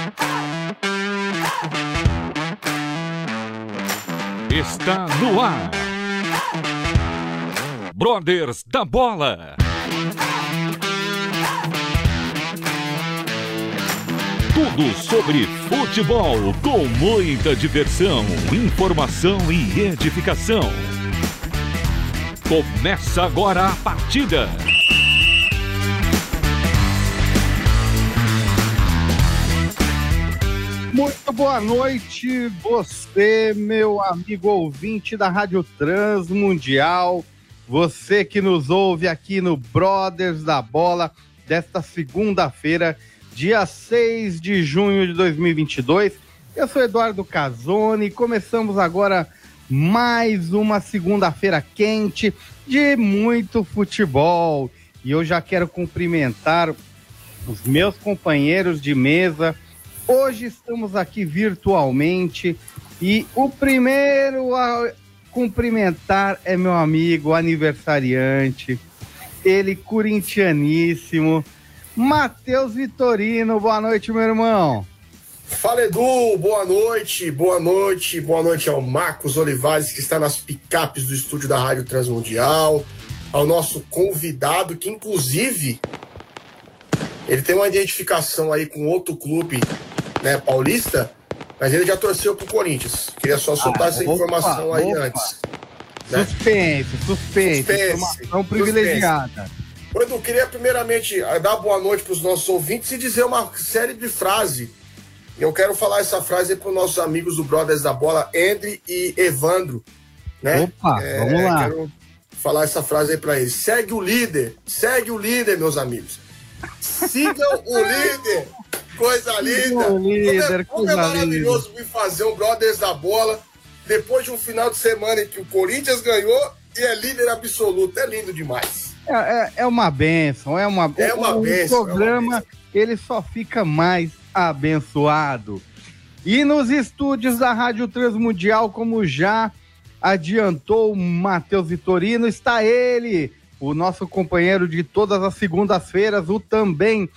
Está no ar. Brothers da Bola. Tudo sobre futebol com muita diversão, informação e edificação. Começa agora a partida. Muito boa noite, você, meu amigo ouvinte da Rádio Transmundial, você que nos ouve aqui no Brothers da Bola, desta segunda-feira, dia 6 de junho de 2022. Eu sou Eduardo Casoni e começamos agora mais uma segunda-feira quente de muito futebol. E eu já quero cumprimentar os meus companheiros de mesa. Hoje estamos aqui virtualmente e o primeiro a cumprimentar é meu amigo aniversariante, ele corintianíssimo, Matheus Vitorino. Boa noite, meu irmão. Fala, Edu, boa noite, boa noite, boa noite ao Marcos Olivares, que está nas picapes do estúdio da Rádio Transmundial, ao nosso convidado, que inclusive ele tem uma identificação aí com outro clube, né, paulista, mas ele já torceu pro Corinthians. Queria só soltar essa informação aí antes. Né? Suspense, informação privilegiada. Ô, Edu, queria primeiramente dar boa noite pros nossos ouvintes e dizer uma série de frases. Eu quero falar essa frase aí pros nossos amigos do Brothers da Bola, André e Evandro, né? Opa, vamos lá. Quero falar essa frase aí pra eles. Segue o líder, meus amigos. Sigam o líder. Coisa linda. Como é maravilhoso vir fazer um Brothers da Bola depois de um final de semana em que o Corinthians ganhou e é líder absoluto. É lindo demais. É uma bênção, o programa, ele só fica mais abençoado. E nos estúdios da Rádio Transmundial, como já adiantou o Matheus Vitorino, está ele, o nosso companheiro de todas as segundas-feiras, o também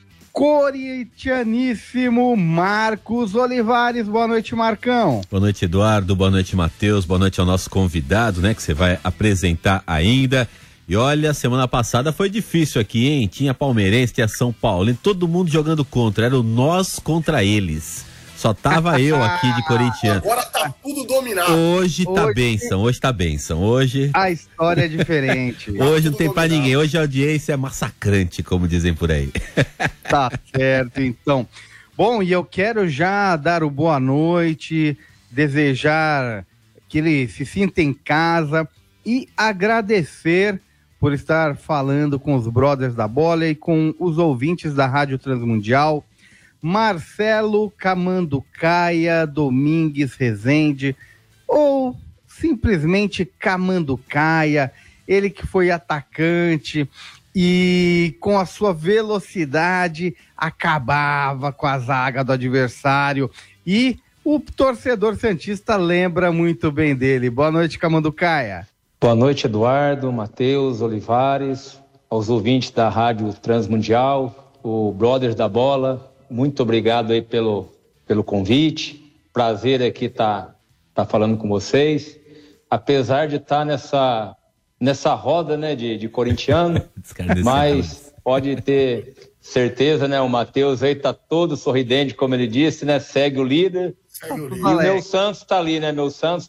corintianíssimo Marcos Olivares. Boa noite, Marcão. Boa noite, Eduardo. Boa noite, Matheus. Boa noite ao nosso convidado, né, que você vai apresentar ainda. E olha, semana passada foi difícil aqui, hein? Tinha palmeirense, tinha São Paulo, todo mundo jogando contra. Era o nós contra eles. Só tava eu aqui de corintiano. Agora tá tudo dominado. Hoje tá bênção. Hoje a história é diferente. Hoje não tem pra ninguém. Hoje a audiência é massacrante, como dizem por aí. Tá certo, então. Bom, e eu quero já dar o boa noite, desejar que ele se sinta em casa e agradecer por estar falando com os Brothers da Bola e com os ouvintes da Rádio Transmundial. Marcelo Camanducaia Domingues Rezende, ou simplesmente Camanducaia, ele que foi atacante e com a sua velocidade acabava com a zaga do adversário, e o torcedor santista lembra muito bem dele. Boa noite, Camanducaia. Boa noite, Eduardo, Matheus, Olivares, aos ouvintes da Rádio Transmundial, o Brothers da Bola. Muito obrigado aí pelo convite. Prazer aqui estar falando com vocês. Apesar de estar nessa roda, né, de corintiano, mas pode ter certeza, né, o Matheus aí tá todo sorridente, como ele disse, né, segue o líder. E o meu Santos tá ali, né,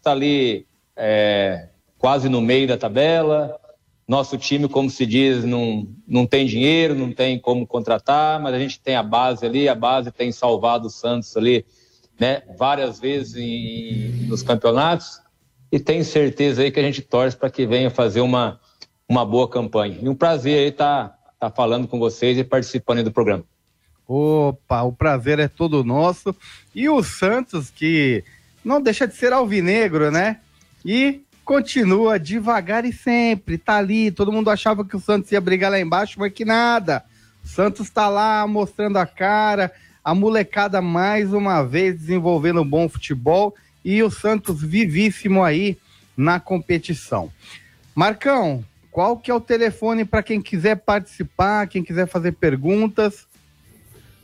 quase no meio da tabela. Nosso time, como se diz, não tem dinheiro, não tem como contratar, mas a gente tem a base ali, a base tem salvado o Santos ali, né, várias vezes nos campeonatos, e tenho certeza aí que a gente torce para que venha fazer uma boa campanha. E um prazer aí estar falando com vocês e participando aí do programa. Opa, o prazer é todo nosso. E o Santos, que não deixa de ser alvinegro, né? E continua devagar e sempre, tá ali. Todo mundo achava que o Santos ia brigar lá embaixo, mas que nada. O Santos tá lá mostrando a cara, a molecada mais uma vez desenvolvendo bom futebol e o Santos vivíssimo aí na competição. Marcão, qual que é o telefone para quem quiser participar, quem quiser fazer perguntas?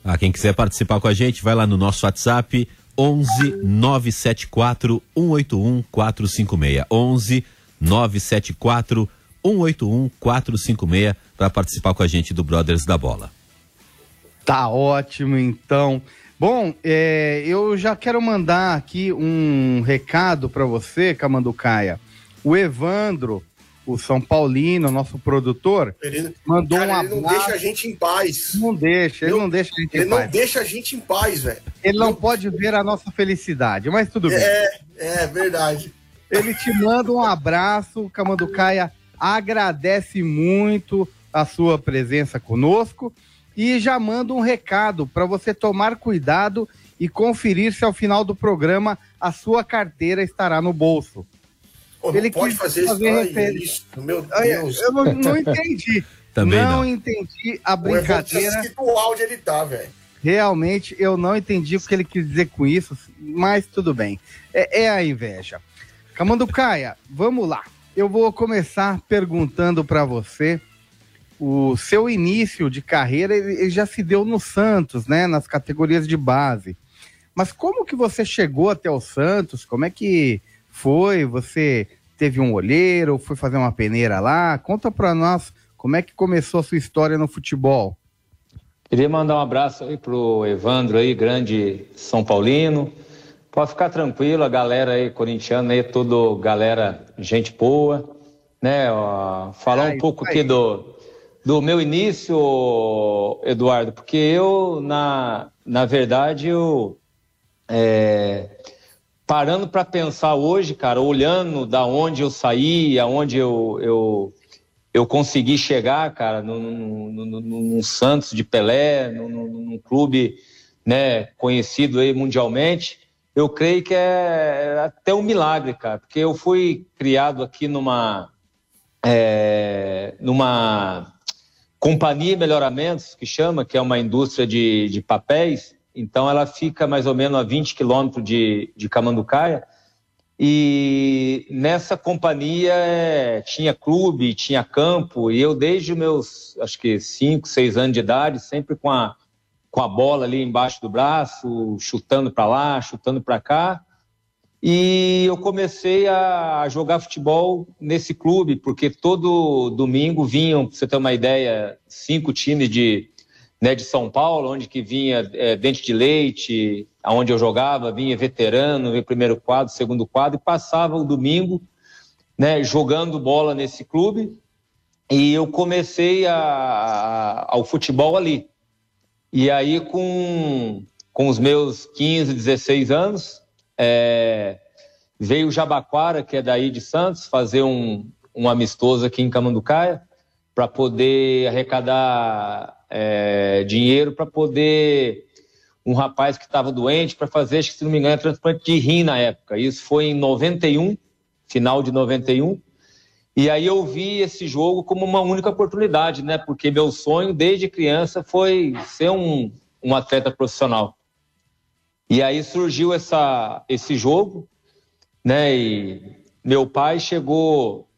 Quem quiser participar com a gente, vai lá no nosso WhatsApp, 11 974 181 456. 11 974 181 456 para participar com a gente do Brothers da Bola. Tá ótimo, então. Bom, eu já quero mandar aqui um recado para você, Camanducaia. O Evandro, o São Paulino, nosso produtor, mandou um abraço. Ele não deixa a gente em paz. Não deixa, ele não deixa a gente em paz. Ele não deixa a gente em paz, velho. Ele não pode ver a nossa felicidade, mas tudo bem. É verdade. Ele te manda um abraço, Camanducaia agradece muito a sua presença conosco e já manda um recado para você tomar cuidado e conferir se ao final do programa a sua carteira estará no bolso. Ele pode fazer isso. Meu Deus. Eu não entendi. Também não entendi a brincadeira. O áudio ele tá, velho. Realmente, eu não entendi o que ele quis dizer com isso, mas tudo bem. É a inveja. Camanducaia, vamos lá. Eu vou começar perguntando para você. O seu início de carreira ele já se deu no Santos, né? Nas categorias de base. Mas como que você chegou até o Santos? Como é que foi? Você teve um olheiro? Foi fazer uma peneira lá? Conta para nós como é que começou a sua história no futebol. Queria mandar um abraço aí pro Evandro aí, grande São Paulino. Pode ficar tranquilo, a galera aí corintiana aí, tudo galera, gente boa, né? Falar um pouco aqui do meu início, Eduardo, porque eu, na verdade, parando para pensar hoje, cara, olhando da onde eu saí, aonde eu consegui chegar, cara, num Santos de Pelé, num clube, né, conhecido aí mundialmente, eu creio que é até um milagre, cara, porque eu fui criado aqui numa companhia Melhoramentos, que chama, que é uma indústria de papéis. Então ela fica mais ou menos a 20 quilômetros de Camanducaia, e nessa companhia tinha clube, tinha campo, e eu desde os meus, acho que 5, 6 anos de idade, sempre com a bola ali embaixo do braço, chutando para lá, chutando para cá, e eu comecei a jogar futebol nesse clube, porque todo domingo vinham, para você ter uma ideia, 5 times de São Paulo, onde que vinha Dente de Leite, onde eu jogava, vinha veterano, vinha primeiro quadro, segundo quadro, e passava o domingo, né, jogando bola nesse clube, e eu comecei ao futebol ali. E aí, com os meus 15, 16 anos, veio o Jabaquara, que é daí de Santos, fazer um amistoso aqui em Camanducaia, para poder arrecadar dinheiro para poder um rapaz que estava doente para fazer, acho que se não me engano, transplante de rim na época. Isso foi em 91, final de 91. E aí eu vi esse jogo como uma única oportunidade, né? Porque meu sonho desde criança foi ser um atleta profissional. E aí surgiu esse jogo, né? E meu pai chegou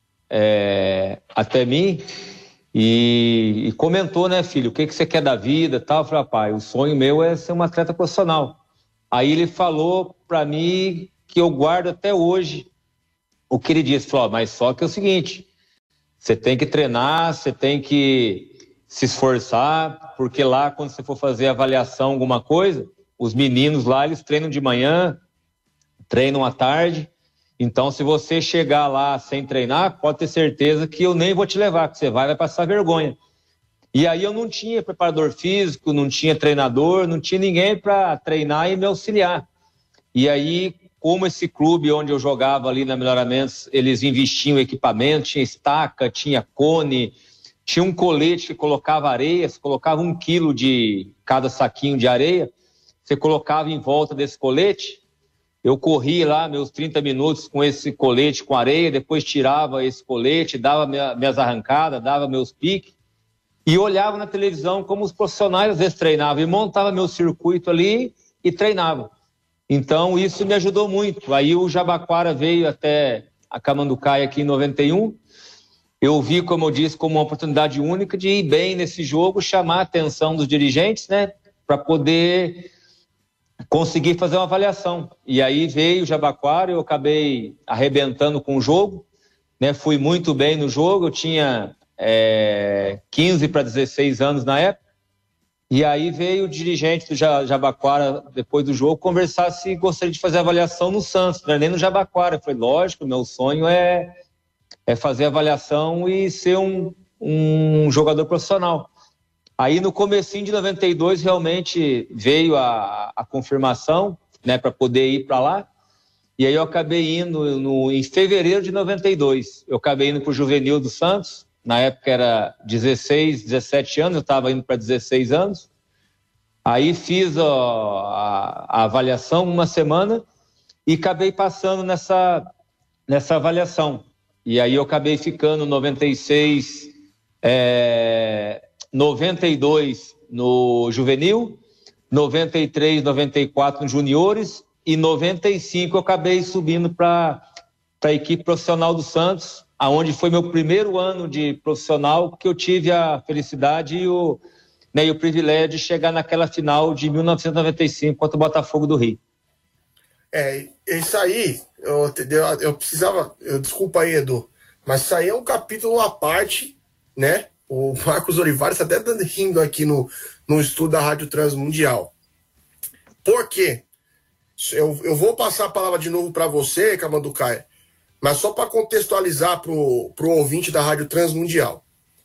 até mim e comentou, né, filho, o que você quer da vida, tal? Eu falei, pai, o sonho meu é ser um atleta profissional. Aí ele falou para mim que eu guardo até hoje o que ele disse, falou, mas só que é o seguinte, você tem que treinar, você tem que se esforçar, porque lá quando você for fazer avaliação, alguma coisa, os meninos lá, eles treinam de manhã, treinam à tarde. Então, se você chegar lá sem treinar, pode ter certeza que eu nem vou te levar, que você vai passar vergonha. E aí eu não tinha preparador físico, não tinha treinador, não tinha ninguém para treinar e me auxiliar. E aí, como esse clube onde eu jogava ali na Melhoramentos, eles investiam em equipamento, tinha estaca, tinha cone, tinha um colete que colocava areia, você colocava 1 quilo de cada saquinho de areia, você colocava em volta desse colete. Eu corria lá meus 30 minutos com esse colete com areia, depois tirava esse colete, dava minhas arrancadas, dava meus piques, e olhava na televisão como os profissionais às vezes treinavam, e montava meu circuito ali e treinava. Então isso me ajudou muito. Aí o Jabaquara veio até a Camanducaia aqui em 91, eu vi, como eu disse, como uma oportunidade única de ir bem nesse jogo, chamar a atenção dos dirigentes, né? para poder conseguir fazer uma avaliação. E aí veio o Jabaquara, eu acabei arrebentando com o jogo, né? Fui muito bem no jogo, eu tinha 15 para 16 anos na época, e aí veio o dirigente do Jabaquara, depois do jogo, conversar se gostaria de fazer avaliação no Santos, não é nem no Jabaquara. Eu falei, lógico, meu sonho é fazer avaliação e ser um jogador profissional. Aí no comecinho de 92 realmente veio a confirmação, né, para poder ir para lá. E aí eu acabei indo em fevereiro de 92. Eu acabei indo para o Juvenil do Santos. Na época era 16, 17 anos, eu estava indo para 16 anos. Aí fiz a avaliação uma semana e acabei passando nessa avaliação. E aí eu acabei ficando 96, 92 no Juvenil, 93, 94 no Juniores e 95 eu acabei subindo para a equipe profissional do Santos, aonde foi meu primeiro ano de profissional, que eu tive a felicidade e o privilégio de chegar naquela final de 1995 contra o Botafogo do Rio. Isso aí, eu precisava, desculpa aí, Edu, mas isso aí é um capítulo à parte, né? O Marcos Olivares está até rindo aqui no estudo da Rádio Transmundial. Por quê? Eu vou passar a palavra de novo para você, Camanducaia, mas só para contextualizar para o ouvinte da Rádio Transmundial.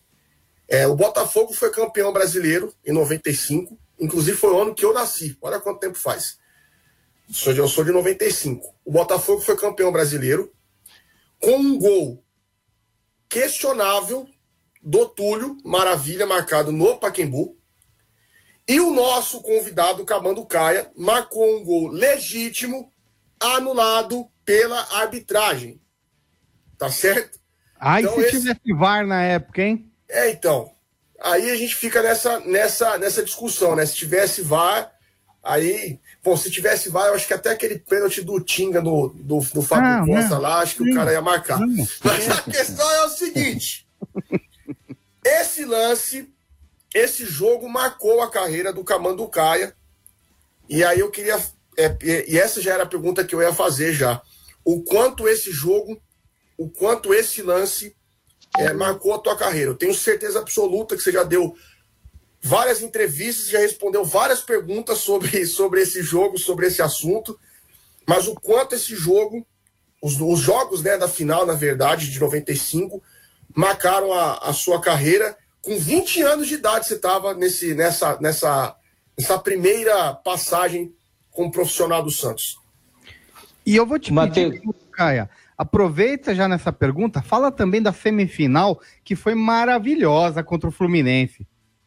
O Botafogo foi campeão brasileiro em 95, inclusive foi o ano que eu nasci. Olha quanto tempo faz. Eu sou de 95. O Botafogo foi campeão brasileiro com um gol questionável do Túlio Maravilha, marcado no Pacaembu. E o nosso convidado, Camanducaia, marcou um gol legítimo, anulado pela arbitragem. Tá certo? Então, se tivesse VAR na época, hein? Então. Aí a gente fica nessa discussão, né? Se tivesse VAR, aí... Bom, se tivesse VAR, eu acho que até aquele pênalti do Tinga, do Fábio Costa lá, acho que o cara ia marcar. Mas a questão é o seguinte... Esse lance, esse jogo marcou a carreira do Camanducaia. E aí eu queria... e essa já era a pergunta que eu ia fazer já. O quanto esse jogo, o quanto esse lance marcou a tua carreira. Eu tenho certeza absoluta que você já deu várias entrevistas, já respondeu várias perguntas sobre esse jogo, sobre esse assunto. Mas o quanto esse jogo, os jogos, né, da final, na verdade, de 95... marcaram a sua carreira. Com 20 anos de idade você estava nessa primeira passagem como profissional do Santos. E eu vou te pedir, Caia, aproveita já nessa pergunta, fala também da semifinal, que foi maravilhosa contra o Fluminense.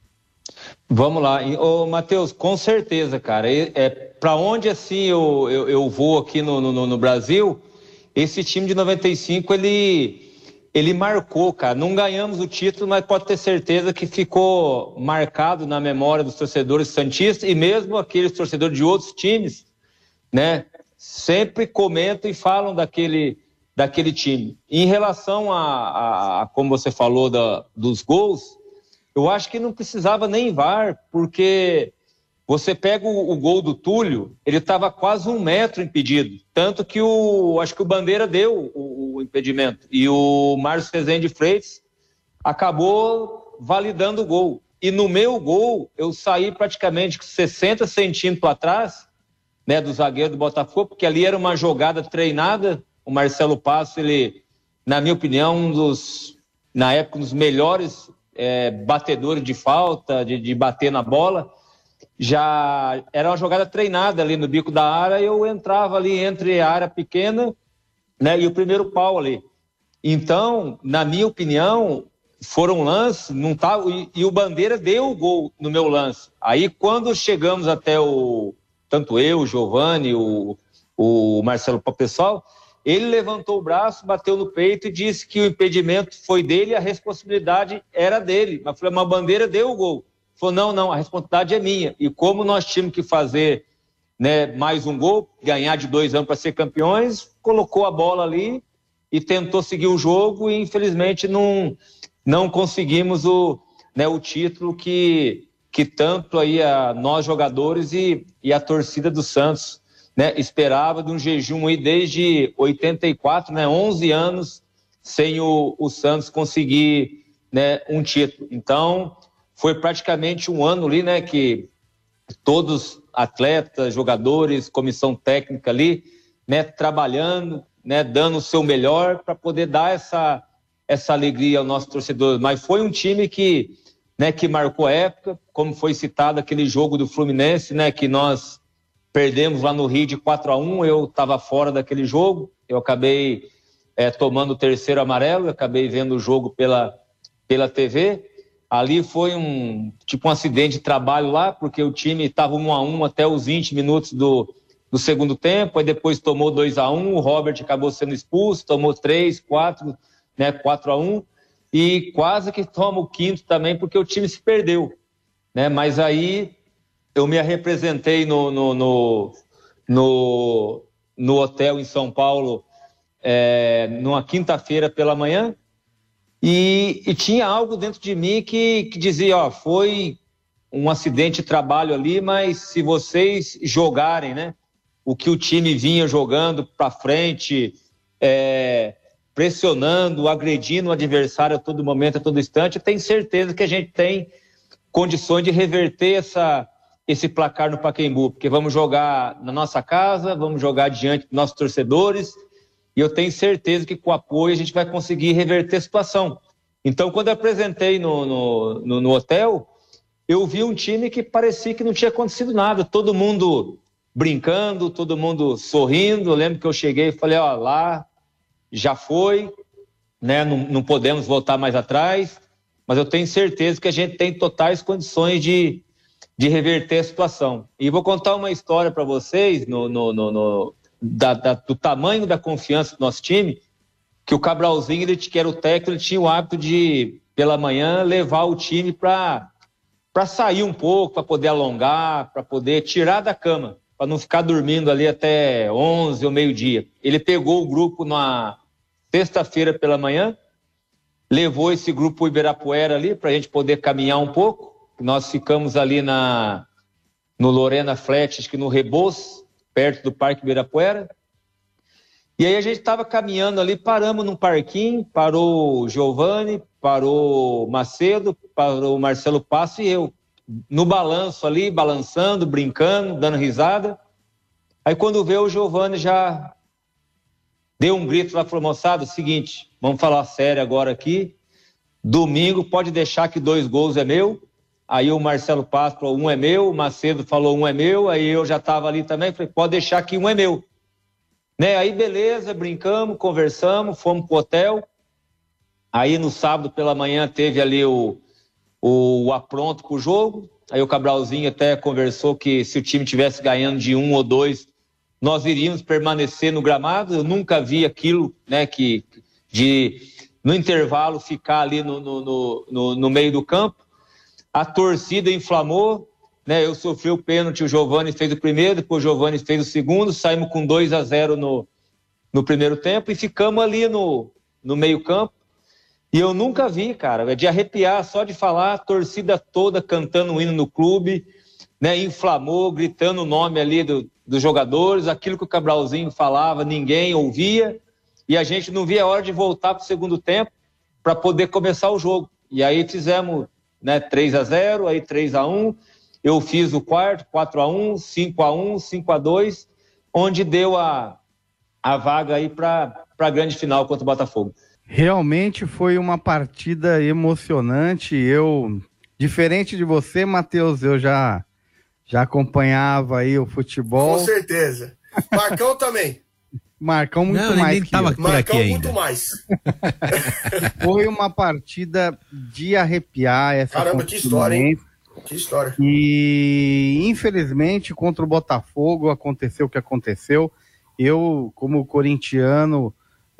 Vamos lá. Ô, Matheus, com certeza, cara. Para onde assim eu vou aqui no Brasil, esse time de 95, ele marcou, cara. Não ganhamos o título, mas pode ter certeza que ficou marcado na memória dos torcedores santistas e mesmo aqueles torcedores de outros times, né? Sempre comentam e falam daquele time. Em relação a como você falou dos gols, eu acho que não precisava nem VAR, porque você pega o gol do Túlio, ele estava quase 1 metro impedido. Tanto que acho que o Bandeira deu o impedimento. E o Márcio Rezende Freitas acabou validando o gol. E no meu gol, eu saí praticamente 60 centímetros atrás, né, do zagueiro do Botafogo, porque ali era uma jogada treinada. O Marcelo Passo, ele, na minha opinião, na época, um dos melhores batedores de falta, de bater na bola. Já era uma jogada treinada ali no bico da área, eu entrava ali entre a área pequena, né, e o primeiro pau ali. Então, na minha opinião, foram lances, não tá, e o Bandeira deu o gol no meu lance. Aí quando chegamos até tanto eu, o Giovani, o Marcelo Pessoal, ele levantou o braço, bateu no peito e disse que o impedimento foi dele e a responsabilidade era dele. Mas falei, mas a Bandeira deu o gol. Falou, não, a responsabilidade é minha. E como nós tínhamos que fazer, né, mais um gol, ganhar de 2 anos para ser campeões, colocou a bola ali e tentou seguir o jogo e infelizmente não conseguimos o título que que tanto aí nós jogadores e a torcida do Santos, né, esperava de um jejum aí desde 84, né, 11 anos sem o Santos conseguir, né, um título. Então, foi praticamente um ano ali, né, que todos atletas, jogadores, comissão técnica ali, né, trabalhando, né, dando o seu melhor para poder dar essa alegria ao nosso torcedor. Mas foi um time que marcou a época, como foi citado aquele jogo do Fluminense, né, que nós perdemos lá no Rio de 4-1, eu estava fora daquele jogo, eu acabei tomando o terceiro amarelo, eu acabei vendo o jogo pela TV. Ali foi um acidente de trabalho lá, porque o time estava 1-1 até os 20 minutos do segundo tempo, aí depois tomou 2-1, o Robert acabou sendo expulso, tomou 3, 4, né, 4-1, e quase que toma o quinto também, porque o time se perdeu, né? Mas aí eu me representei no hotel em São Paulo, numa quinta-feira pela manhã, e tinha algo dentro de mim que dizia, foi um acidente de trabalho ali, mas se vocês jogarem, né, o que o time vinha jogando para frente, pressionando, agredindo o adversário a todo momento, a todo instante, eu tenho certeza que a gente tem condições de reverter esse placar no Pacaembu, porque vamos jogar na nossa casa, vamos jogar diante dos nossos torcedores, e eu tenho certeza que com o apoio a gente vai conseguir reverter a situação. Então, quando eu apresentei no hotel, eu vi um time que parecia que não tinha acontecido nada, todo mundo brincando, todo mundo sorrindo. Eu lembro que eu cheguei e falei, lá já foi, né? Não podemos voltar mais atrás, mas eu tenho certeza que a gente tem totais condições de reverter a situação. E vou contar uma história para vocês do tamanho da confiança do nosso time, que o Cabralzinho, ele, que era o técnico, ele tinha o hábito de, pela manhã, levar o time para sair um pouco, para poder alongar, para poder tirar da cama, para não ficar dormindo ali até 11 ou meio-dia. Ele pegou o grupo na sexta-feira pela manhã, levou esse grupo para o Ibirapuera ali, para a gente poder caminhar um pouco. Nós ficamos ali no Lorena Flat, acho que no Rebouças, perto do Parque Ibirapuera. E aí a gente estava caminhando ali, paramos num parquinho, parou o Giovani, parou o Macedo, parou o Marcelo Passo e eu. No balanço ali, balançando, brincando, dando risada. Aí quando veio o Giovani já deu um grito lá, falou, moçada, seguinte, vamos falar sério agora aqui, domingo pode deixar que 2 gols é meu. Aí o Marcelo Passo falou, 1 é meu, o Macedo falou 1 é meu, aí eu já estava ali também, falei, pode deixar que 1 é meu. Né? Aí beleza, brincamos, conversamos, fomos pro hotel. Aí no sábado pela manhã teve ali o apronto pro jogo. Aí o Cabralzinho até conversou que se o time tivesse ganhando de 1 ou 2, nós iríamos permanecer no gramado. Eu nunca vi aquilo, né, no intervalo ficar ali no meio do campo. A torcida inflamou, né? Eu sofri o pênalti, o Giovani fez o primeiro, depois o Giovani fez o segundo, saímos com 2-0 no primeiro tempo e ficamos ali no meio campo. E eu nunca vi, cara, de arrepiar só de falar, a torcida toda cantando o hino no clube, né? Inflamou, gritando o nome ali dos jogadores, aquilo que o Cabralzinho falava, ninguém ouvia, e a gente não via a hora de voltar para o segundo tempo para poder começar o jogo. E aí fizemos, né, 3-0, aí 3-1, eu fiz o quarto, 4-1, 5-1, 5-2, onde deu a vaga aí para a grande final contra o Botafogo. Realmente foi uma partida emocionante. Diferente de você, Matheus, eu já acompanhava aí o futebol. Com certeza. Marcão também. Marcão muito mais que eu. Marcão muito mais. Foi uma partida de arrepiar essa. Caramba, que história, hein? Que história. E infelizmente contra o Botafogo aconteceu o que aconteceu. Eu, como corintiano,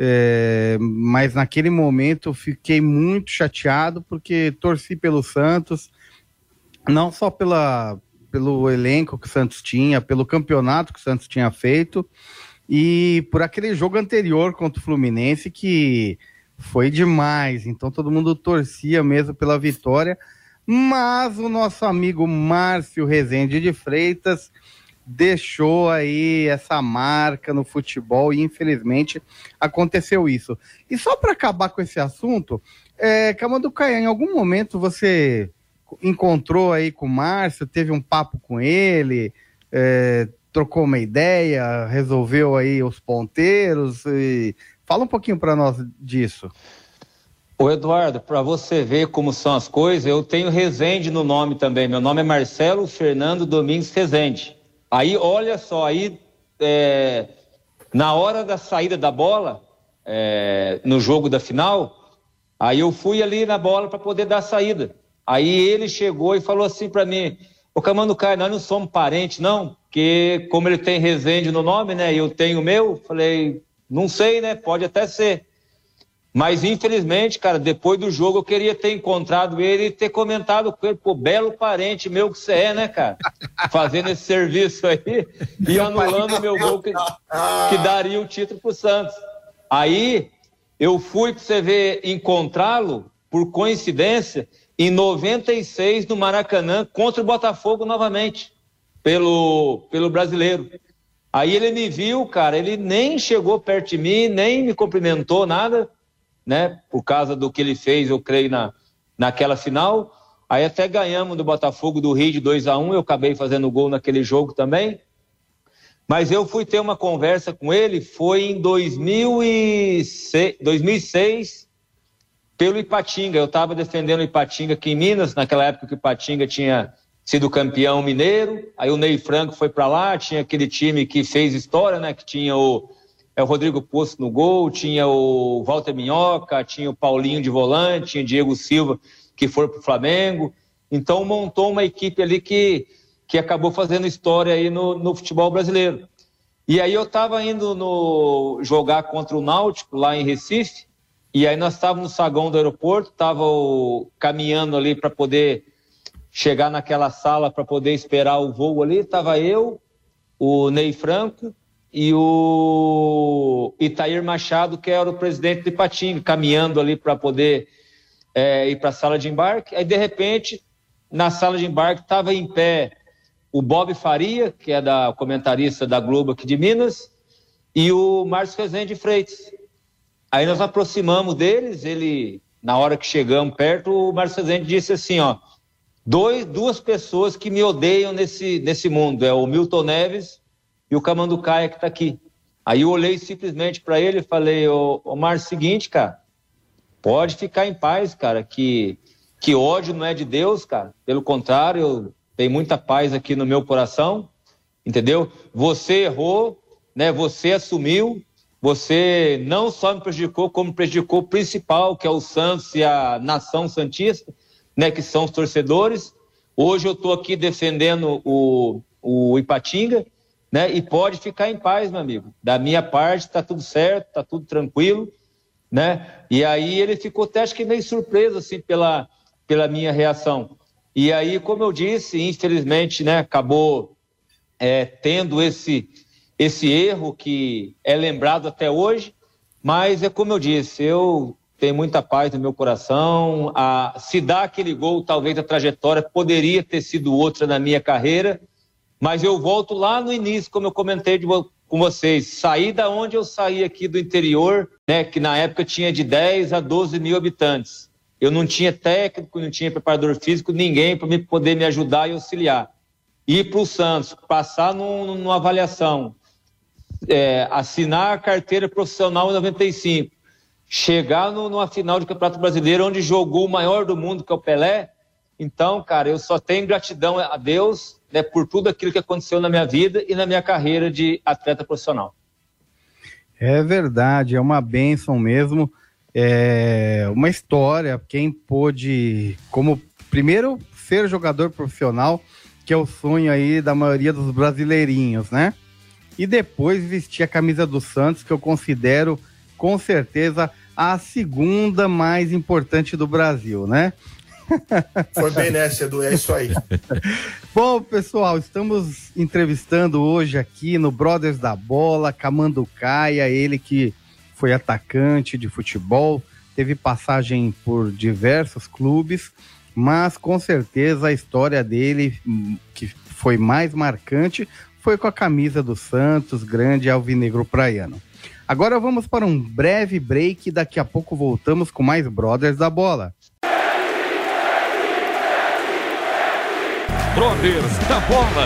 mas naquele momento fiquei muito chateado porque torci pelo Santos, não só pelo elenco que o Santos tinha, pelo campeonato que o Santos tinha feito, e por aquele jogo anterior contra o Fluminense que foi demais. Então todo mundo torcia mesmo pela vitória, mas o nosso amigo Márcio Rezende de Freitas deixou aí essa marca no futebol e infelizmente aconteceu isso. E só para acabar com esse assunto, Camanducaia, em algum momento você encontrou aí com o Márcio, teve um papo com ele, trocou uma ideia, resolveu aí os ponteiros? Fala um pouquinho para nós disso. Ô Eduardo, para você ver como são as coisas, eu tenho Rezende no nome também. Meu nome é Marcelo Fernando Domingues Rezende. Aí, olha só, na hora da saída da bola, no jogo da final, aí eu fui ali na bola para poder dar a saída. Aí ele chegou e falou assim para mim: ô Camanducaia, nós não somos parentes, não, porque como ele tem Rezende no nome, né, e eu tenho o meu, falei, não sei, né, pode até ser. Mas, infelizmente, cara, depois do jogo eu queria ter encontrado ele e ter comentado com ele, pô, belo parente meu que você é, né, cara? Fazendo esse serviço aí e anulando o meu gol que daria o título pro Santos. Aí, eu fui, pra você ver, encontrá-lo, por coincidência, em 96, no Maracanã, contra o Botafogo novamente, pelo Brasileiro. Aí ele me viu, cara, ele nem chegou perto de mim, nem me cumprimentou, nada, né, por causa do que ele fez, eu creio, naquela final. Aí até ganhamos do Botafogo do Rio de 2-1, eu acabei fazendo gol naquele jogo também. Mas eu fui ter uma conversa com ele, foi em 2006, pelo Ipatinga. Eu estava defendendo o Ipatinga aqui em Minas, naquela época que o Ipatinga tinha sido campeão mineiro. Aí o Ney Franco foi para lá, tinha aquele time que fez história, né, que tinha o Rodrigo Poço no gol, tinha o Walter Minhoca, tinha o Paulinho de volante, tinha o Diego Silva, que foi para o Flamengo. Então montou uma equipe ali que acabou fazendo história aí no futebol brasileiro. E aí eu estava indo jogar contra o Náutico, lá em Recife, e aí nós estávamos no saguão do aeroporto, estava caminhando ali para poder chegar naquela sala para poder esperar o voo ali, estava eu, o Ney Franco, e o Itair Machado, que era o presidente do Ipatinga, caminhando ali para poder ir para a sala de embarque. Aí, de repente, na sala de embarque estava em pé o Bob Faria, que é comentarista da Globo aqui de Minas, e o Márcio Rezende de Freitas. Aí nós aproximamos deles, na hora que chegamos perto, o Márcio Rezende disse assim, ó, duas pessoas que me odeiam nesse mundo, é o Milton Neves e o Camanducaia que está aqui. Aí eu olhei simplesmente para ele e falei, ô Márcio, seguinte, cara, pode ficar em paz, cara, que ódio não é de Deus, cara. Pelo contrário, eu tenho muita paz aqui no meu coração, entendeu? Você errou, né? Você assumiu, você não só me prejudicou, como prejudicou o principal, que é o Santos e a nação santista, né? Que são os torcedores. Hoje eu estou aqui defendendo o Ipatinga, né? E pode ficar em paz, meu amigo. Da minha parte, tá tudo certo, tá tudo tranquilo, né? E aí ele ficou até, acho que meio surpreso, assim, pela minha reação. E aí, como eu disse, infelizmente, né, acabou tendo esse erro que é lembrado até hoje, mas é como eu disse, eu tenho muita paz no meu coração. Se dá aquele gol, talvez a trajetória poderia ter sido outra na minha carreira, mas eu volto lá no início, como eu comentei com vocês, saí da onde eu saí aqui do interior, né, que na época tinha de 10 a 12 mil habitantes. Eu não tinha técnico, não tinha preparador físico, ninguém para poder me ajudar e auxiliar. Ir para o Santos, passar numa avaliação, assinar a carteira profissional em 95, chegar numa final de Campeonato Brasileiro, onde jogou o maior do mundo, que é o Pelé. Então, cara, eu só tenho gratidão a Deus, né, por tudo aquilo que aconteceu na minha vida e na minha carreira de atleta profissional. É verdade, é uma bênção mesmo. É uma história, quem pôde, como primeiro, ser jogador profissional, que é o sonho aí da maioria dos brasileirinhos, né? E depois vestir a camisa do Santos, que eu considero, com certeza, a segunda mais importante do Brasil, né? Foi bem nessa, Edu, é isso aí. Bom, pessoal, estamos entrevistando hoje aqui no Brothers da Bola, Camanducaia, ele que foi atacante de futebol, teve passagem por diversos clubes mas com certeza a história dele, que foi mais marcante, foi com a camisa do Santos, grande alvinegro praiano. Agora vamos para um breve break, daqui a pouco voltamos com mais Brothers da Bola. Brothers da Bola.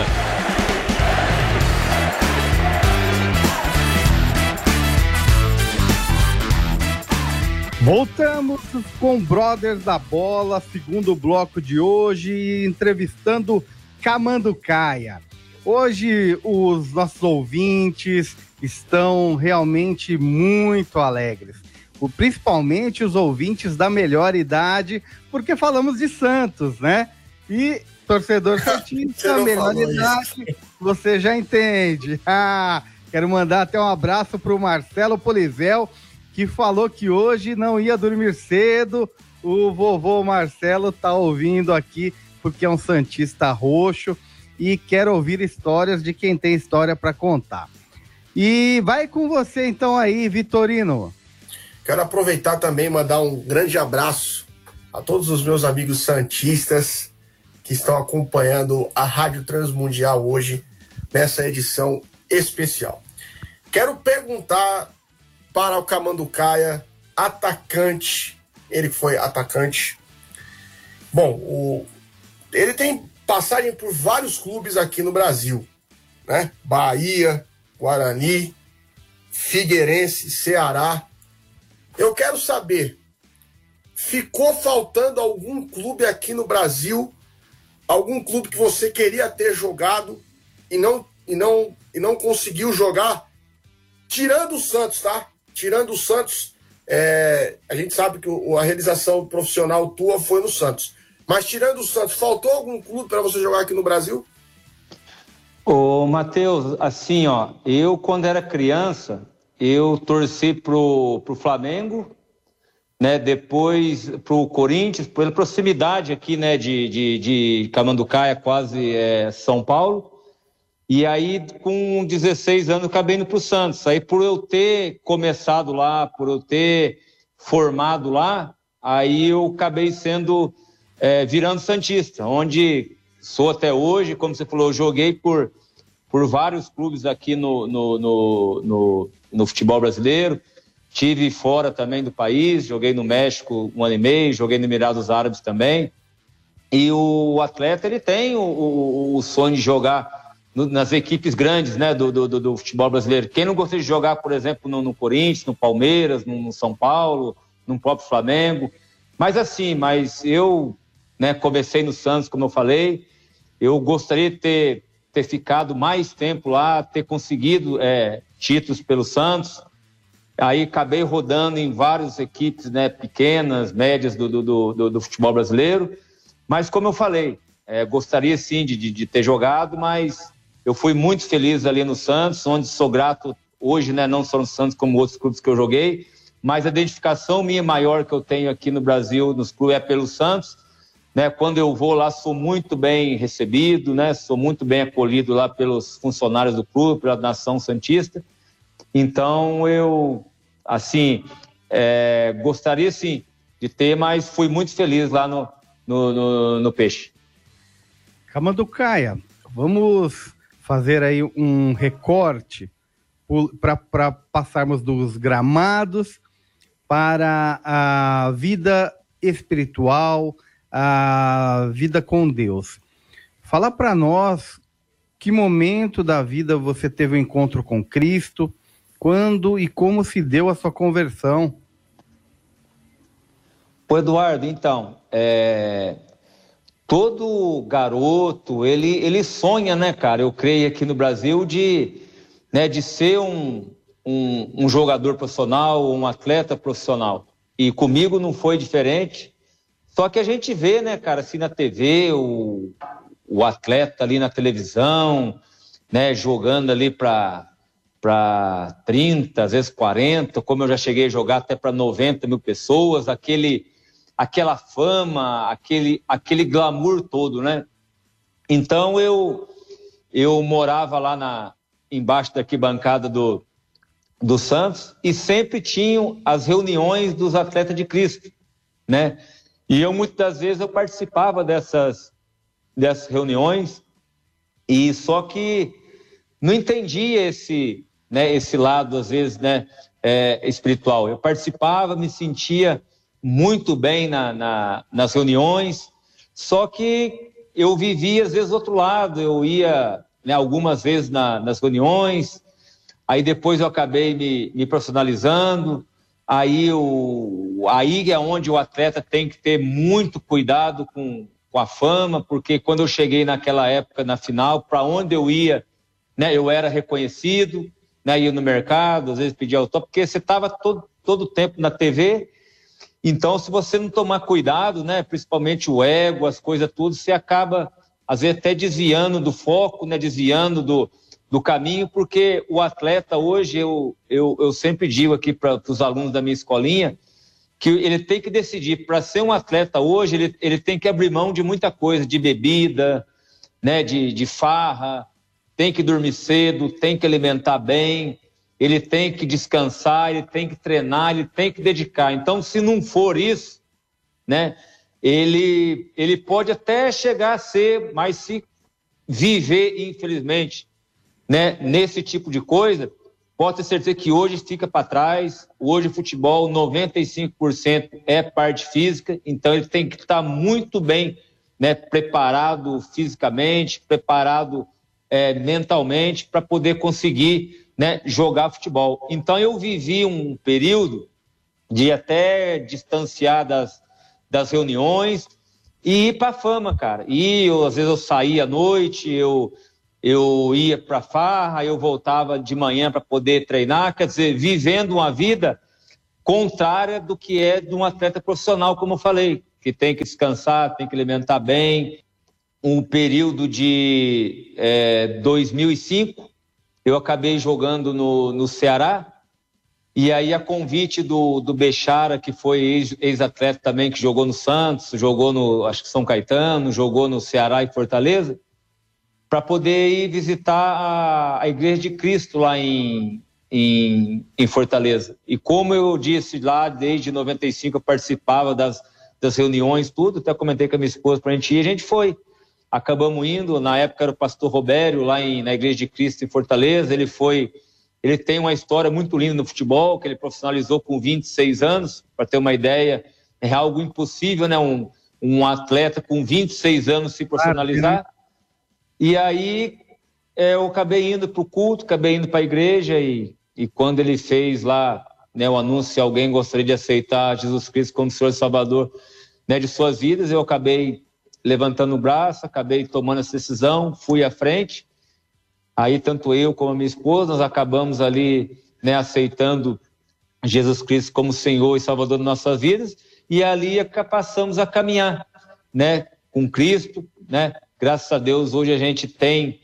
Voltamos com Brothers da Bola, segundo bloco de hoje, entrevistando Camanducaia. Hoje os nossos ouvintes estão realmente muito alegres, principalmente os ouvintes da melhor idade, porque falamos de Santos, né? E torcedor santista, melhor idade, você já entende. Quero mandar até um abraço para o Marcelo Polizel, que falou que hoje não ia dormir cedo. O vovô Marcelo tá ouvindo aqui, porque é um santista roxo e quer ouvir histórias de quem tem história para contar. E vai com você então aí, Vitorino. Quero aproveitar também e mandar um grande abraço a todos os meus amigos santistas que estão acompanhando a Rádio Transmundial hoje, nessa edição especial. Quero perguntar para o Camanducaia, atacante, ele foi atacante. Bom, ele tem passagem por vários clubes aqui no Brasil, né? Bahia, Guarani, Figueirense, Ceará. Eu quero saber, ficou faltando algum clube aqui no Brasil, algum clube que você queria ter jogado e não conseguiu jogar? Tirando o Santos, tá? Tirando o Santos, a gente sabe que a realização profissional tua foi no Santos. Mas tirando o Santos, faltou algum clube para você jogar aqui no Brasil? Ô, Matheus, assim, ó, eu quando era criança, eu torci pro Flamengo, né, depois pro Corinthians, pela proximidade aqui, né, de Camanducaia, quase São Paulo. E aí, com 16 anos, eu acabei indo pro Santos. Aí, por eu ter começado lá, por eu ter formado lá, aí eu acabei virando santista, onde sou até hoje. Como você falou, eu joguei por vários clubes aqui no futebol brasileiro. Tive fora também do país, joguei no México 1 ano e meio, joguei no Emirados Árabes também. E o atleta, ele tem o sonho de jogar nas equipes grandes, né, do futebol brasileiro. Quem não gostaria de jogar, por exemplo, no Corinthians, no Palmeiras, no São Paulo, no próprio Flamengo. Mas eu, né, comecei no Santos, como eu falei. Eu gostaria de ter ficado mais tempo lá, ter conseguido títulos pelo Santos. Aí acabei rodando em várias equipes, né, pequenas, médias do futebol brasileiro. Mas, como eu falei, gostaria sim de ter jogado, mas eu fui muito feliz ali no Santos, onde sou grato hoje, né, não só no Santos como outros clubes que eu joguei, mas a identificação minha maior que eu tenho aqui no Brasil, nos clubes, é pelo Santos, né? Quando eu vou lá, sou muito bem recebido, né? Sou muito bem acolhido lá pelos funcionários do clube, pela nação santista. Então, eu, assim, gostaria sim de ter, mas fui muito feliz lá no Peixe. Camanducaia, vamos fazer aí um recorte para passarmos dos gramados para a vida espiritual, a vida com Deus. Fala para nós que momento da vida você teve um encontro com Cristo, quando e como se deu a sua conversão. Ô Eduardo, então, todo garoto, ele sonha, né, cara? Eu creio aqui no Brasil de ser um jogador profissional, um atleta profissional. E comigo não foi diferente. Só que a gente vê, né, cara, assim na TV, o atleta ali na televisão, né, jogando ali para 30, às vezes 40, como eu já cheguei a jogar até para 90 mil pessoas, aquela fama, aquele glamour todo, né? Então eu morava lá embaixo da arquibancada do Santos e sempre tinham as reuniões dos atletas de Cristo, né? E eu, muitas das vezes, eu participava dessas reuniões, e só que não entendia esse lado, às vezes, espiritual. Eu participava, me sentia muito bem nas reuniões, só que eu vivia, às vezes, do outro lado. Eu ia, algumas vezes nas reuniões, aí depois eu acabei me profissionalizando, aí é onde o atleta tem que ter muito cuidado com a fama, porque quando eu cheguei naquela época, na final, para onde eu ia, eu era reconhecido, ia no mercado, às vezes pedia autógrafo, porque você estava todo o tempo na TV. Então, se você não tomar cuidado, principalmente o ego, as coisas tudo, você acaba, às vezes, até desviando do foco, desviando do caminho, porque o atleta hoje, eu sempre digo aqui para os alunos da minha escolinha, que ele tem que decidir. Para ser um atleta hoje, ele tem que abrir mão de muita coisa, de bebida, de farra, tem que dormir cedo, tem que alimentar bem, ele tem que descansar, ele tem que treinar, ele tem que dedicar. Então, se não for isso, ele pode até chegar a ser, mas se viver, infelizmente, nesse tipo de coisa, pode ter certeza que hoje fica para trás. Hoje o futebol, 95% é parte física, então ele tem que estar muito bem preparado fisicamente, preparado mentalmente para poder conseguir jogar futebol. Então eu vivi um período de até distanciar das reuniões e ir para a fama, cara. E às vezes eu saía à noite, eu ia para farra, eu voltava de manhã para poder treinar, quer dizer, vivendo uma vida contrária do que é de um atleta profissional, como eu falei, que tem que descansar, tem que alimentar bem. Um período de 2005, eu acabei jogando no Ceará, e aí a convite do Bechara, que foi ex-atleta também, que jogou no Santos, jogou no, acho que São Caetano, jogou no Ceará e Fortaleza, para poder ir visitar a Igreja de Cristo lá em Fortaleza. E como eu disse lá, desde 95 eu participava das reuniões, tudo, até comentei com a minha esposa para a gente ir, a gente foi. Acabamos indo, na época era o pastor Robério, lá na Igreja de Cristo em Fortaleza. Ele tem uma história muito linda no futebol, que ele profissionalizou com 26 anos, para ter uma ideia, é algo impossível, um atleta com 26 anos se profissionalizar. E aí eu acabei indo para o culto, acabei indo para a igreja, e quando ele fez lá o anúncio, se alguém gostaria de aceitar Jesus Cristo como Senhor e Salvador de suas vidas, eu acabei levantando o braço, acabei tomando essa decisão, fui à frente. Aí tanto eu como a minha esposa, nós acabamos ali aceitando Jesus Cristo como Senhor e Salvador das nossas vidas, e ali passamos a caminhar com Cristo. Graças a Deus hoje a gente tem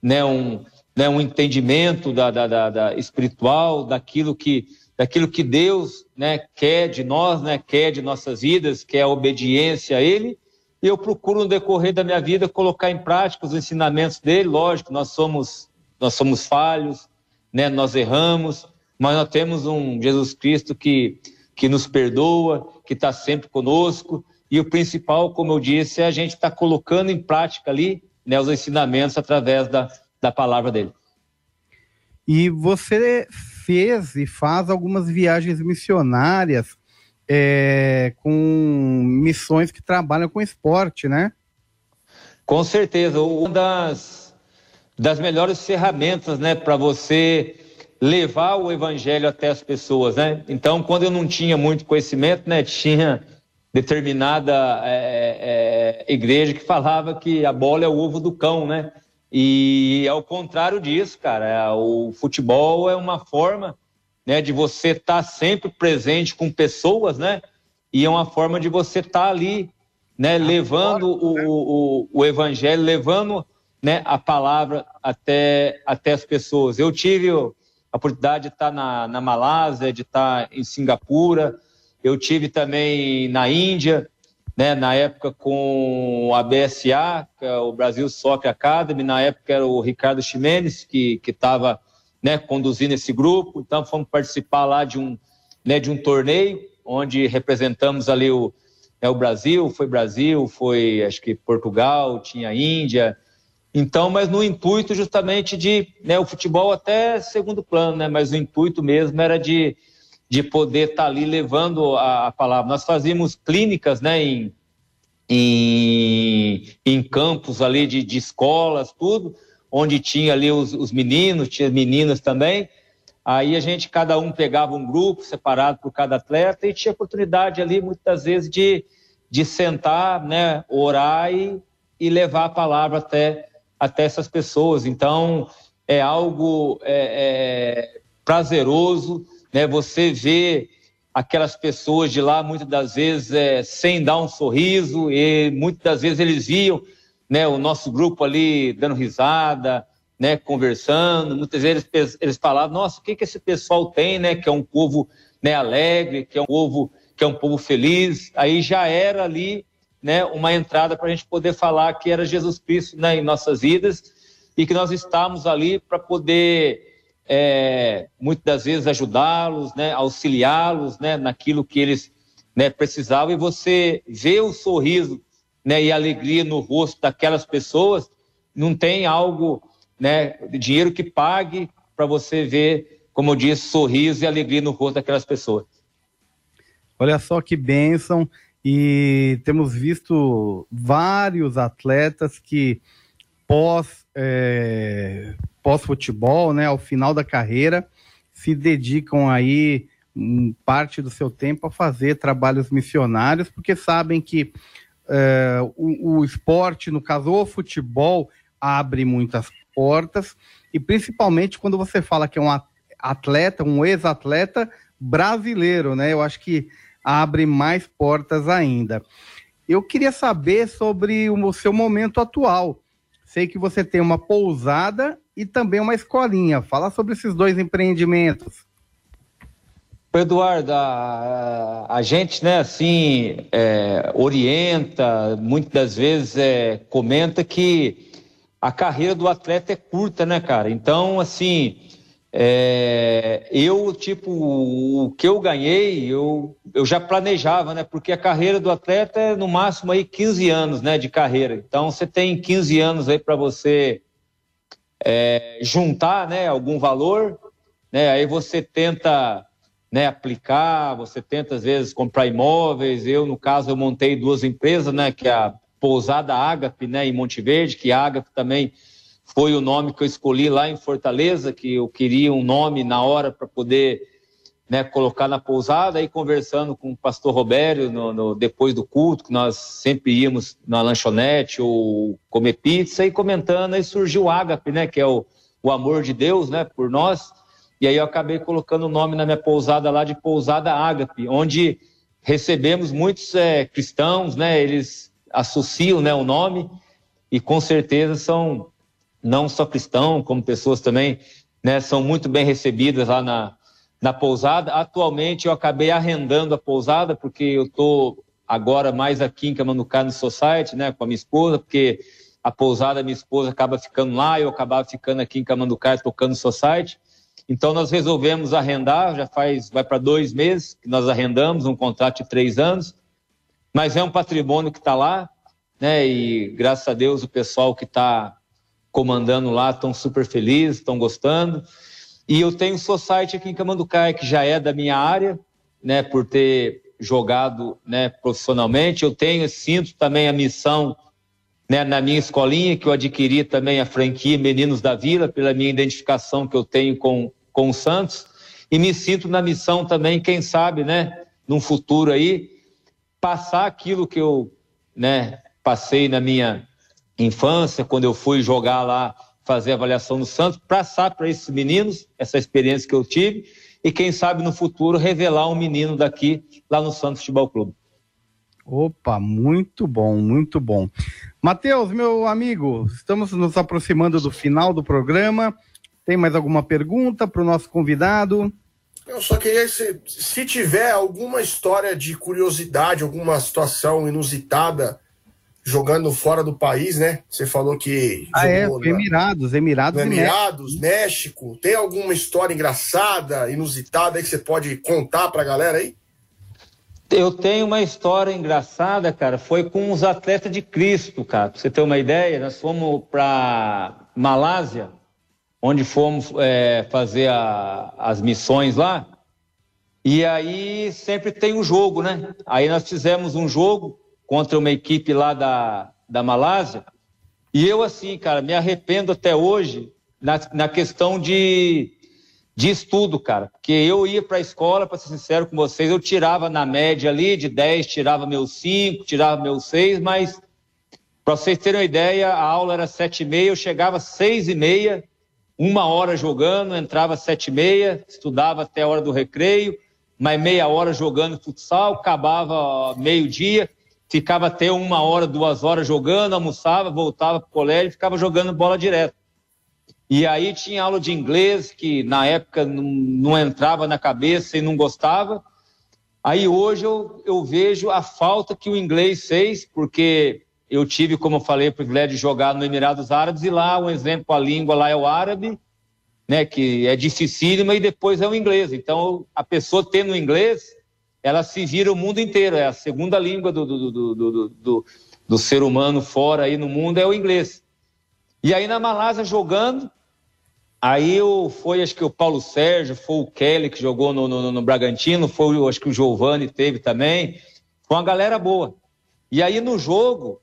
um entendimento da espiritual, daquilo que Deus quer de nós, quer de nossas vidas, que é a obediência a Ele. E eu procuro, no decorrer da minha vida, colocar em prática os ensinamentos dele. Lógico, nós somos falhos, nós erramos, mas nós temos um Jesus Cristo que nos perdoa, que está sempre conosco. E o principal, como eu disse, é a gente estar colocando em prática ali os ensinamentos através da palavra dele. E você fez e faz algumas viagens missionárias com missões que trabalham com esporte, né? Com certeza. Uma das melhores ferramentas, para você levar o evangelho até as pessoas, Então, quando eu não tinha muito conhecimento, tinha determinada igreja que falava que a bola é o ovo do cão, E ao contrário disso, cara, o futebol é uma forma de você estar sempre presente com pessoas, E é uma forma de você estar ali, levando o evangelho, levando a palavra até as pessoas. Eu tive a oportunidade de estar na Malásia, de estar em Singapura, eu tive também na Índia, na época com a BSA, que é o Brasil Soccer Academy. Na época era o Ricardo Ximenes que estava conduzindo esse grupo. Então fomos participar lá de um torneio, onde representamos ali O Brasil, foi acho que Portugal, tinha Índia. Então, mas no intuito justamente de, né, o futebol até segundo plano, né, mas o intuito mesmo era de poder estar ali levando a palavra. Nós fazíamos clínicas, né, em campos ali de escolas, tudo, onde tinha ali os meninos, tinha meninas também. Aí a gente, cada um pegava um grupo separado por cada atleta e tinha oportunidade ali, muitas vezes, de sentar, né, orar e levar a palavra até essas pessoas. Então, é algo prazeroso, né, você vê aquelas pessoas de lá, muitas das vezes, sem dar um sorriso, e muitas das vezes eles viam, né, o nosso grupo ali dando risada, né, conversando. Muitas vezes eles falavam: nossa, o que esse pessoal tem, né, que é um povo, né, alegre, que é um povo feliz. Aí já era ali, né, uma entrada para a gente poder falar que era Jesus Cristo, né, em nossas vidas, e que nós estamos ali para poder, muitas das vezes, ajudá-los, né, auxiliá-los, né, naquilo que eles, né, precisavam. E você vê o sorriso, né, e a alegria no rosto daquelas pessoas, não tem algo, né, dinheiro que pague para você ver, como eu disse, sorriso e alegria no rosto daquelas pessoas. Olha só que bênção. E temos visto vários atletas que pós-futebol, né, ao final da carreira, se dedicam aí parte do seu tempo a fazer trabalhos missionários, porque sabem que o esporte, no caso o futebol, abre muitas portas, e principalmente quando você fala que é um atleta, um ex-atleta brasileiro, né? Eu acho que abre mais portas ainda. Eu queria saber sobre o seu momento atual. Sei que você tem uma pousada e também uma escolinha. Fala sobre esses dois empreendimentos. Eduardo, a gente, né, assim, orienta, muitas das vezes comenta que a carreira do atleta é curta, né, cara? Então, assim, o que eu ganhei, eu já planejava, né? Porque a carreira do atleta é no máximo aí 15 anos, né, de carreira. Então, você tem 15 anos aí para você juntar, né, algum valor, né? Aí você tenta, né, aplicar, você tenta, às vezes, comprar imóveis. No caso, eu montei 2 empresas, né, que é a Pousada Ágape, né, em Monte Verde, que Ágape também foi o nome que eu escolhi lá em Fortaleza, que eu queria um nome na hora para poder, né, colocar na pousada. Aí conversando com o pastor Robério depois do culto, que nós sempre íamos na lanchonete ou comer pizza, e comentando, aí surgiu o Ágape, né, que é o amor de Deus, né, por nós. E aí eu acabei colocando o nome na minha pousada lá de Pousada Ágape, onde recebemos muitos cristãos, né, eles associam, né, o nome, e com certeza são não só cristãos, como pessoas também, né, são muito bem recebidas lá na pousada. Atualmente eu acabei arrendando a pousada, porque eu estou agora mais aqui em Camanducaia no Society, né, com a minha esposa, porque a pousada, minha esposa acaba ficando lá, eu acabava ficando aqui em Camanducaia tocando no Society. Então nós resolvemos arrendar, vai para 2 meses que nós arrendamos, um contrato de 3 anos, mas é um patrimônio que está lá, né, e graças a Deus o pessoal que está comandando lá estão super felizes, estão gostando. E eu tenho um society aqui em Camanducaia, que já é da minha área, né, por ter jogado, né, profissionalmente. Eu sinto também a missão, né, na minha escolinha, que eu adquiri também a franquia Meninos da Vila, pela minha identificação que eu tenho com o Santos, e me sinto na missão também, quem sabe, né, num futuro aí, passar aquilo que eu, né, passei na minha infância, quando eu fui jogar lá, fazer avaliação no Santos, passar para esses meninos essa experiência que eu tive, e quem sabe no futuro revelar um menino daqui lá no Santos Futebol Clube. Opa, muito bom, muito bom. Matheus, meu amigo, estamos nos aproximando do final do programa. Tem mais alguma pergunta para o nosso convidado? Eu só queria, se tiver alguma história de curiosidade, alguma situação inusitada jogando fora do país, né? Você falou que jogou Emirados e México. Tem alguma história engraçada, inusitada aí que você pode contar pra galera aí? Eu tenho uma história engraçada, cara, foi com os atletas de Cristo, cara. Pra você ter uma ideia, nós fomos para Malásia, onde fomos fazer as missões lá, e aí sempre tem um jogo, né? Aí nós fizemos um jogo contra uma equipe lá da Malásia, e eu assim, cara, me arrependo até hoje na questão de estudo, cara, porque eu ia para a escola, para ser sincero com vocês, eu tirava na média ali de 10, tirava meus 5, tirava meus 6, mas para vocês terem uma ideia, a aula era 7h30, eu chegava às 6h30, 1 hora jogando, entrava às 7h30, estudava até a hora do recreio, mais meia hora jogando futsal, acabava meio-dia, ficava até 1 hora, 2 horas jogando, almoçava, voltava para o colégio e ficava jogando bola direto. E aí tinha aula de inglês, que na época não entrava na cabeça e não gostava. Aí hoje eu vejo a falta que o inglês fez, porque eu tive, como eu falei, o privilégio de jogar no Emirados Árabes, e lá, um exemplo, a língua lá é o árabe, né, que é dificílima, e depois é o inglês. Então, a pessoa tendo o inglês, ela se vira o mundo inteiro, é a segunda língua do ser humano fora aí no mundo, é o inglês. E aí na Malásia jogando, aí foi acho que o Paulo Sérgio, foi o Kelly que jogou no Bragantino, foi acho que o Giovani teve também, foi uma galera boa. E aí no jogo,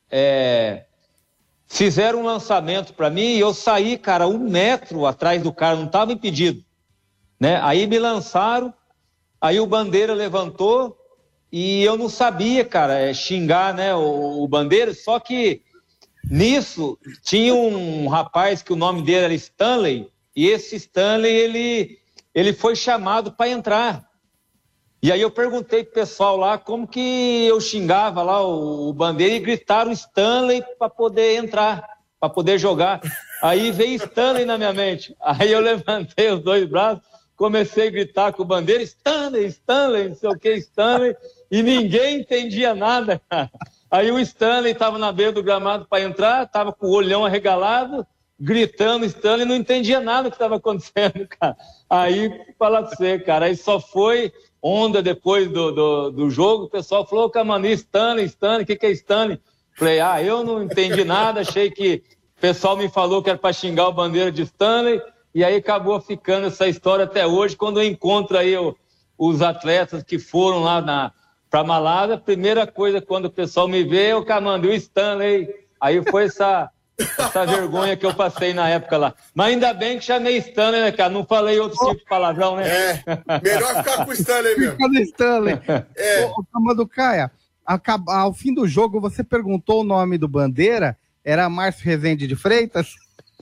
fizeram um lançamento para mim e eu saí, cara, 1 metro atrás do cara, não estava impedido, né? Aí me lançaram, aí o Bandeira levantou e eu não sabia, cara, xingar, né, o Bandeira, só que nisso, tinha um rapaz que o nome dele era Stanley, e esse Stanley, ele foi chamado para entrar. E aí eu perguntei pro pessoal lá como que eu xingava lá o Bandeira, e gritaram Stanley para poder entrar, para poder jogar. Aí veio Stanley na minha mente. Aí eu levantei os 2 braços, comecei a gritar com o Bandeira, Stanley, Stanley, não sei o que, Stanley, e ninguém entendia nada, cara. Aí o Stanley estava na beira do gramado para entrar, estava com o olhão arregalado, gritando Stanley, não entendia nada do que estava acontecendo, cara. Aí, falar pra você, cara, aí só foi onda depois do jogo, o pessoal falou, Camani, Stanley, o que é Stanley? Falei, eu não entendi nada, achei que o pessoal me falou que era para xingar o Bandeira de Stanley, e aí acabou ficando essa história até hoje, quando eu encontro aí os atletas que foram lá para Malásia, a primeira coisa quando o pessoal me vê, o Camando, o Stanley, aí foi essa vergonha que eu passei na época lá. Mas ainda bem que chamei Stanley, né, cara? Não falei outro tipo de palavrão, né? Melhor ficar com o Stanley mesmo. Fica no Stanley. Ô, Camanducaia, ao fim do jogo, você perguntou o nome do Bandeira? Era Márcio Rezende de Freitas?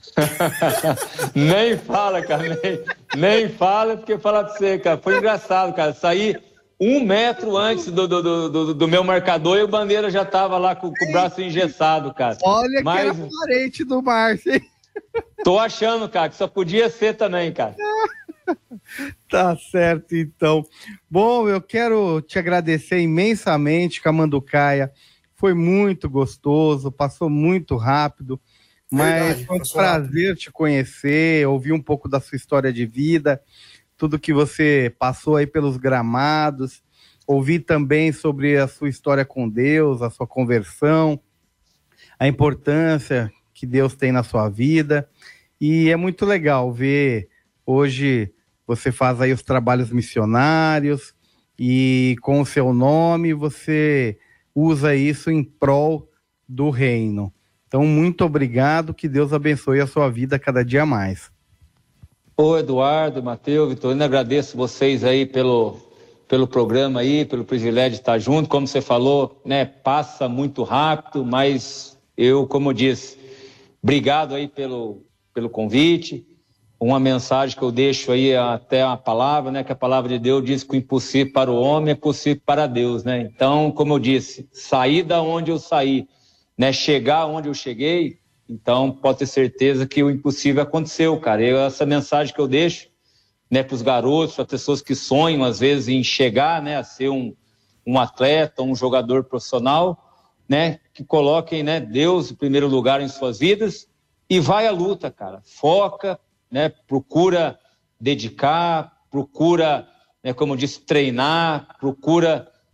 Nem fala, cara, nem fala, porque falar pra você, cara, foi engraçado, cara, saí 1 metro antes do meu marcador e o Bandeira já tava lá com o braço engessado, cara. Olha, que era parente do Márcio, hein? Tô achando, cara, que só podia ser também, cara. Tá certo, então. Bom, eu quero te agradecer imensamente, Camanducaia. Foi muito gostoso, passou muito rápido. Mas foi um prazer te conhecer, ouvir um pouco da sua história de vida, tudo que você passou aí pelos gramados, ouvir também sobre a sua história com Deus, a sua conversão, a importância que Deus tem na sua vida. E é muito legal ver hoje você faz aí os trabalhos missionários e com o seu nome você usa isso em prol do reino. Então, muito obrigado, que Deus abençoe a sua vida cada dia mais. Ô Eduardo, Mateus, Vitorino, agradeço vocês aí pelo programa aí, pelo privilégio de estar junto. Como você falou, né, passa muito rápido, mas eu, como eu disse, obrigado aí pelo convite. Uma mensagem que eu deixo aí, até uma palavra, né, que a palavra de Deus diz que o impossível para o homem é possível para Deus, né? Então, como eu disse, sair da onde eu saí, né, chegar onde eu cheguei, então pode ter certeza que o impossível aconteceu, cara. Essa mensagem que eu deixo, né, para os garotos, para pessoas que sonham às vezes em chegar, né, a ser um atleta, um jogador profissional, né, que coloquem, né, Deus em primeiro lugar em suas vidas e vai à luta, cara. Foca, né, procura dedicar, procura, né, como eu disse, treinar, procura,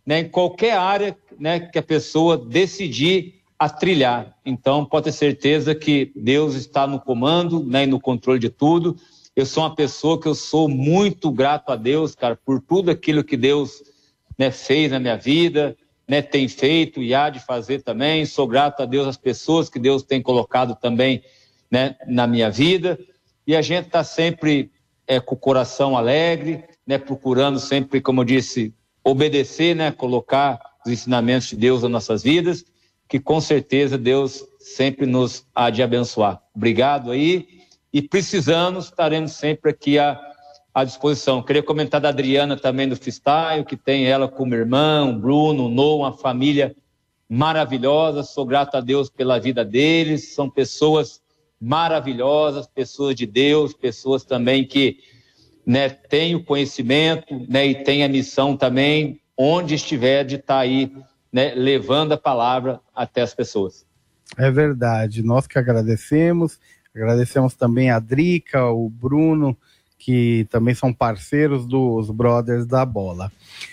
né, em qualquer área, né, que a pessoa decidir a trilhar. Então, pode ter certeza que Deus está no comando, né, e no controle de tudo. Eu sou uma pessoa que eu sou muito grato a Deus, cara, por tudo aquilo que Deus, né, fez na minha vida, né, tem feito e há de fazer também. Sou grato a Deus, as pessoas que Deus tem colocado também, né, na minha vida. E a gente está sempre com o coração alegre, né, procurando sempre, como eu disse, obedecer, né, colocar os ensinamentos de Deus nas nossas vidas, que com certeza Deus sempre nos há de abençoar. Obrigado aí, e precisando, estaremos sempre aqui à disposição. Queria comentar da Adriana também do freestyle, que tem ela como irmã, o Bruno, o Noah, uma família maravilhosa. Sou grato a Deus pela vida deles, são pessoas maravilhosas, pessoas de Deus, pessoas também que, né, têm o conhecimento, né, e têm a missão também, onde estiver, de estar aí, né, levando a palavra até as pessoas. É verdade, nós que agradecemos também a Drica, o Bruno, que também são parceiros dos Brothers da Bola.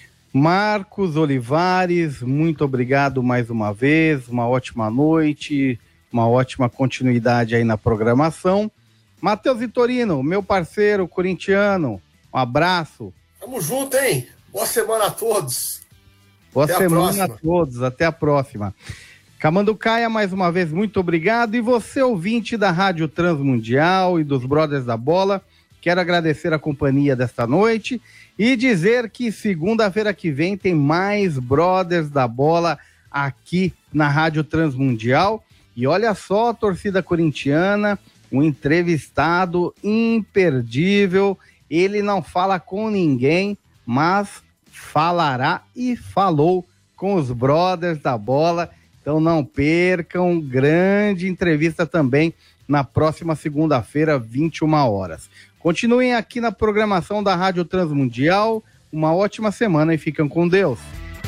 Marcos Olivares, muito obrigado mais uma vez, uma ótima noite, uma ótima continuidade aí na programação. Matheus Vitorino, meu parceiro corintiano, um abraço. Tamo junto, hein? Boa semana a todos. Boa semana a todos, até a próxima. Camanducaia, mais uma vez, muito obrigado. E você, ouvinte da Rádio Transmundial e dos Brothers da Bola, quero agradecer a companhia desta noite e dizer que segunda-feira que vem tem mais Brothers da Bola aqui na Rádio Transmundial. E olha só, a torcida corintiana, um entrevistado imperdível. Ele não fala com ninguém, mas falará e falou com os Brothers da Bola. Então não percam, grande entrevista também na próxima segunda-feira, 21 horas. Continuem aqui na programação da Rádio Transmundial. Uma ótima semana e fiquem com Deus.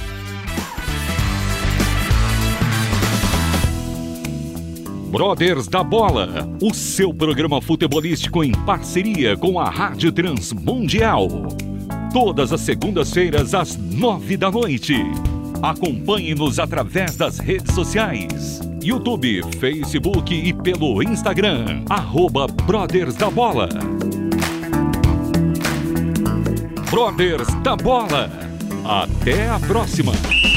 Brothers da Bola, o seu programa futebolístico em parceria com a Rádio Transmundial. Todas as segundas-feiras às 21h. Acompanhe-nos através das redes sociais, YouTube, Facebook e pelo Instagram, @Brothers da Bola. Brothers da Bola. Até a próxima.